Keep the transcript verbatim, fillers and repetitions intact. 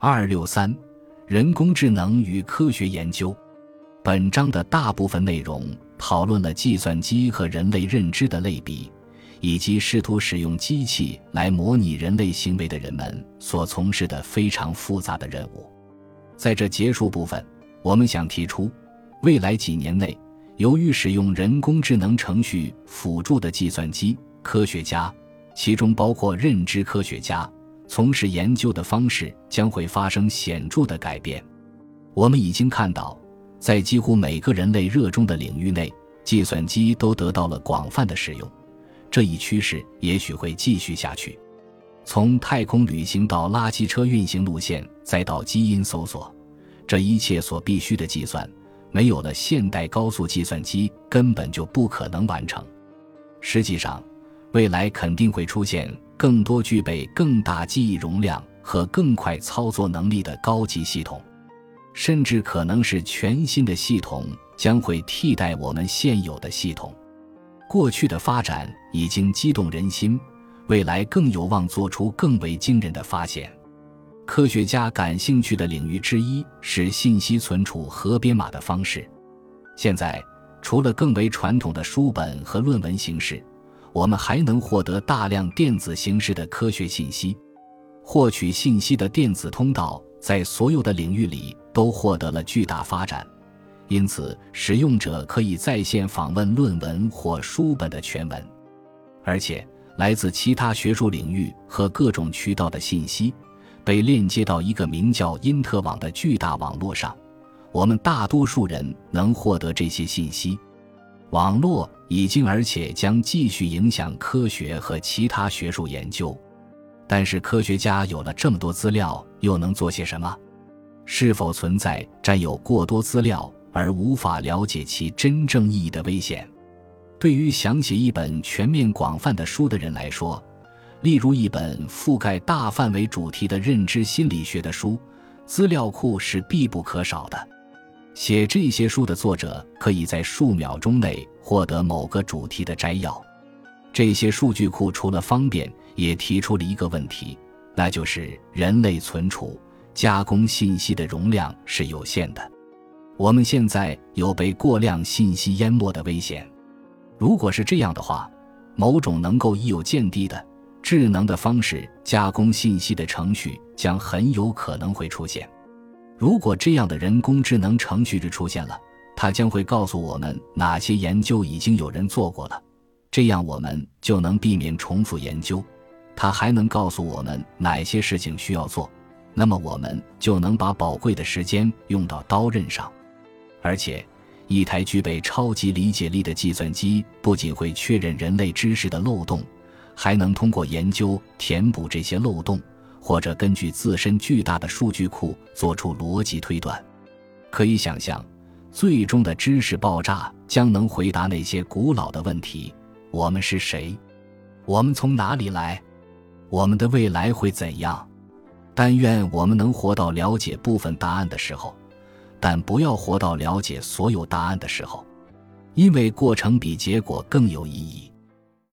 二六三人工智能与科学研究。本章的大部分内容讨论了计算机和人类认知的类比，以及试图使用机器来模拟人类行为的人们所从事的非常复杂的任务。在这结束部分，我们想提出，未来几年内，由于使用人工智能程序辅助的计算机科学家，其中包括认知科学家，从事研究的方式将会发生显著的改变。我们已经看到，在几乎每个人类热衷的领域内，计算机都得到了广泛的使用，这一趋势也许会继续下去。从太空旅行到垃圾车运行路线，再到基因搜索，这一切所必须的计算，没有了现代高速计算机根本就不可能完成。实际上，未来肯定会出现更多具备更大记忆容量和更快操作能力的高级系统，甚至可能是全新的系统将会替代我们现有的系统。过去的发展已经激动人心，未来更有望做出更为惊人的发现。科学家感兴趣的领域之一是信息存储和编码的方式。现在，除了更为传统的书本和论文形式，我们还能获得大量电子形式的科学信息。获取信息的电子通道在所有的领域里都获得了巨大发展，因此使用者可以在线访问论文或书本的全文。而且，来自其他学术领域和各种渠道的信息被链接到一个名叫因特网的巨大网络上，我们大多数人能获得这些信息。网络已经而且将继续影响科学和其他学术研究。但是科学家有了这么多资料，又能做些什么？是否存在占有过多资料而无法了解其真正意义的危险？对于想写一本全面广泛的书的人来说，例如一本覆盖大范围主题的认知心理学的书，资料库是必不可少的。写这些书的作者可以在数秒钟内获得某个主题的摘要。这些数据库除了方便，也提出了一个问题，那就是人类存储、加工信息的容量是有限的。我们现在有被过量信息淹没的危险。如果是这样的话，某种能够已有见地的智能的方式加工信息的程序将很有可能会出现。如果这样的人工智能程序出现了，它将会告诉我们哪些研究已经有人做过了，这样我们就能避免重复研究。它还能告诉我们哪些事情需要做，那么我们就能把宝贵的时间用到刀刃上。而且，一台具备超级理解力的计算机不仅会确认人类知识的漏洞，还能通过研究填补这些漏洞，或者根据自身巨大的数据库做出逻辑推断。可以想象，最终的知识爆炸将能回答那些古老的问题：我们是谁？我们从哪里来？我们的未来会怎样？但愿我们能活到了解部分答案的时候，但不要活到了解所有答案的时候，因为过程比结果更有意义。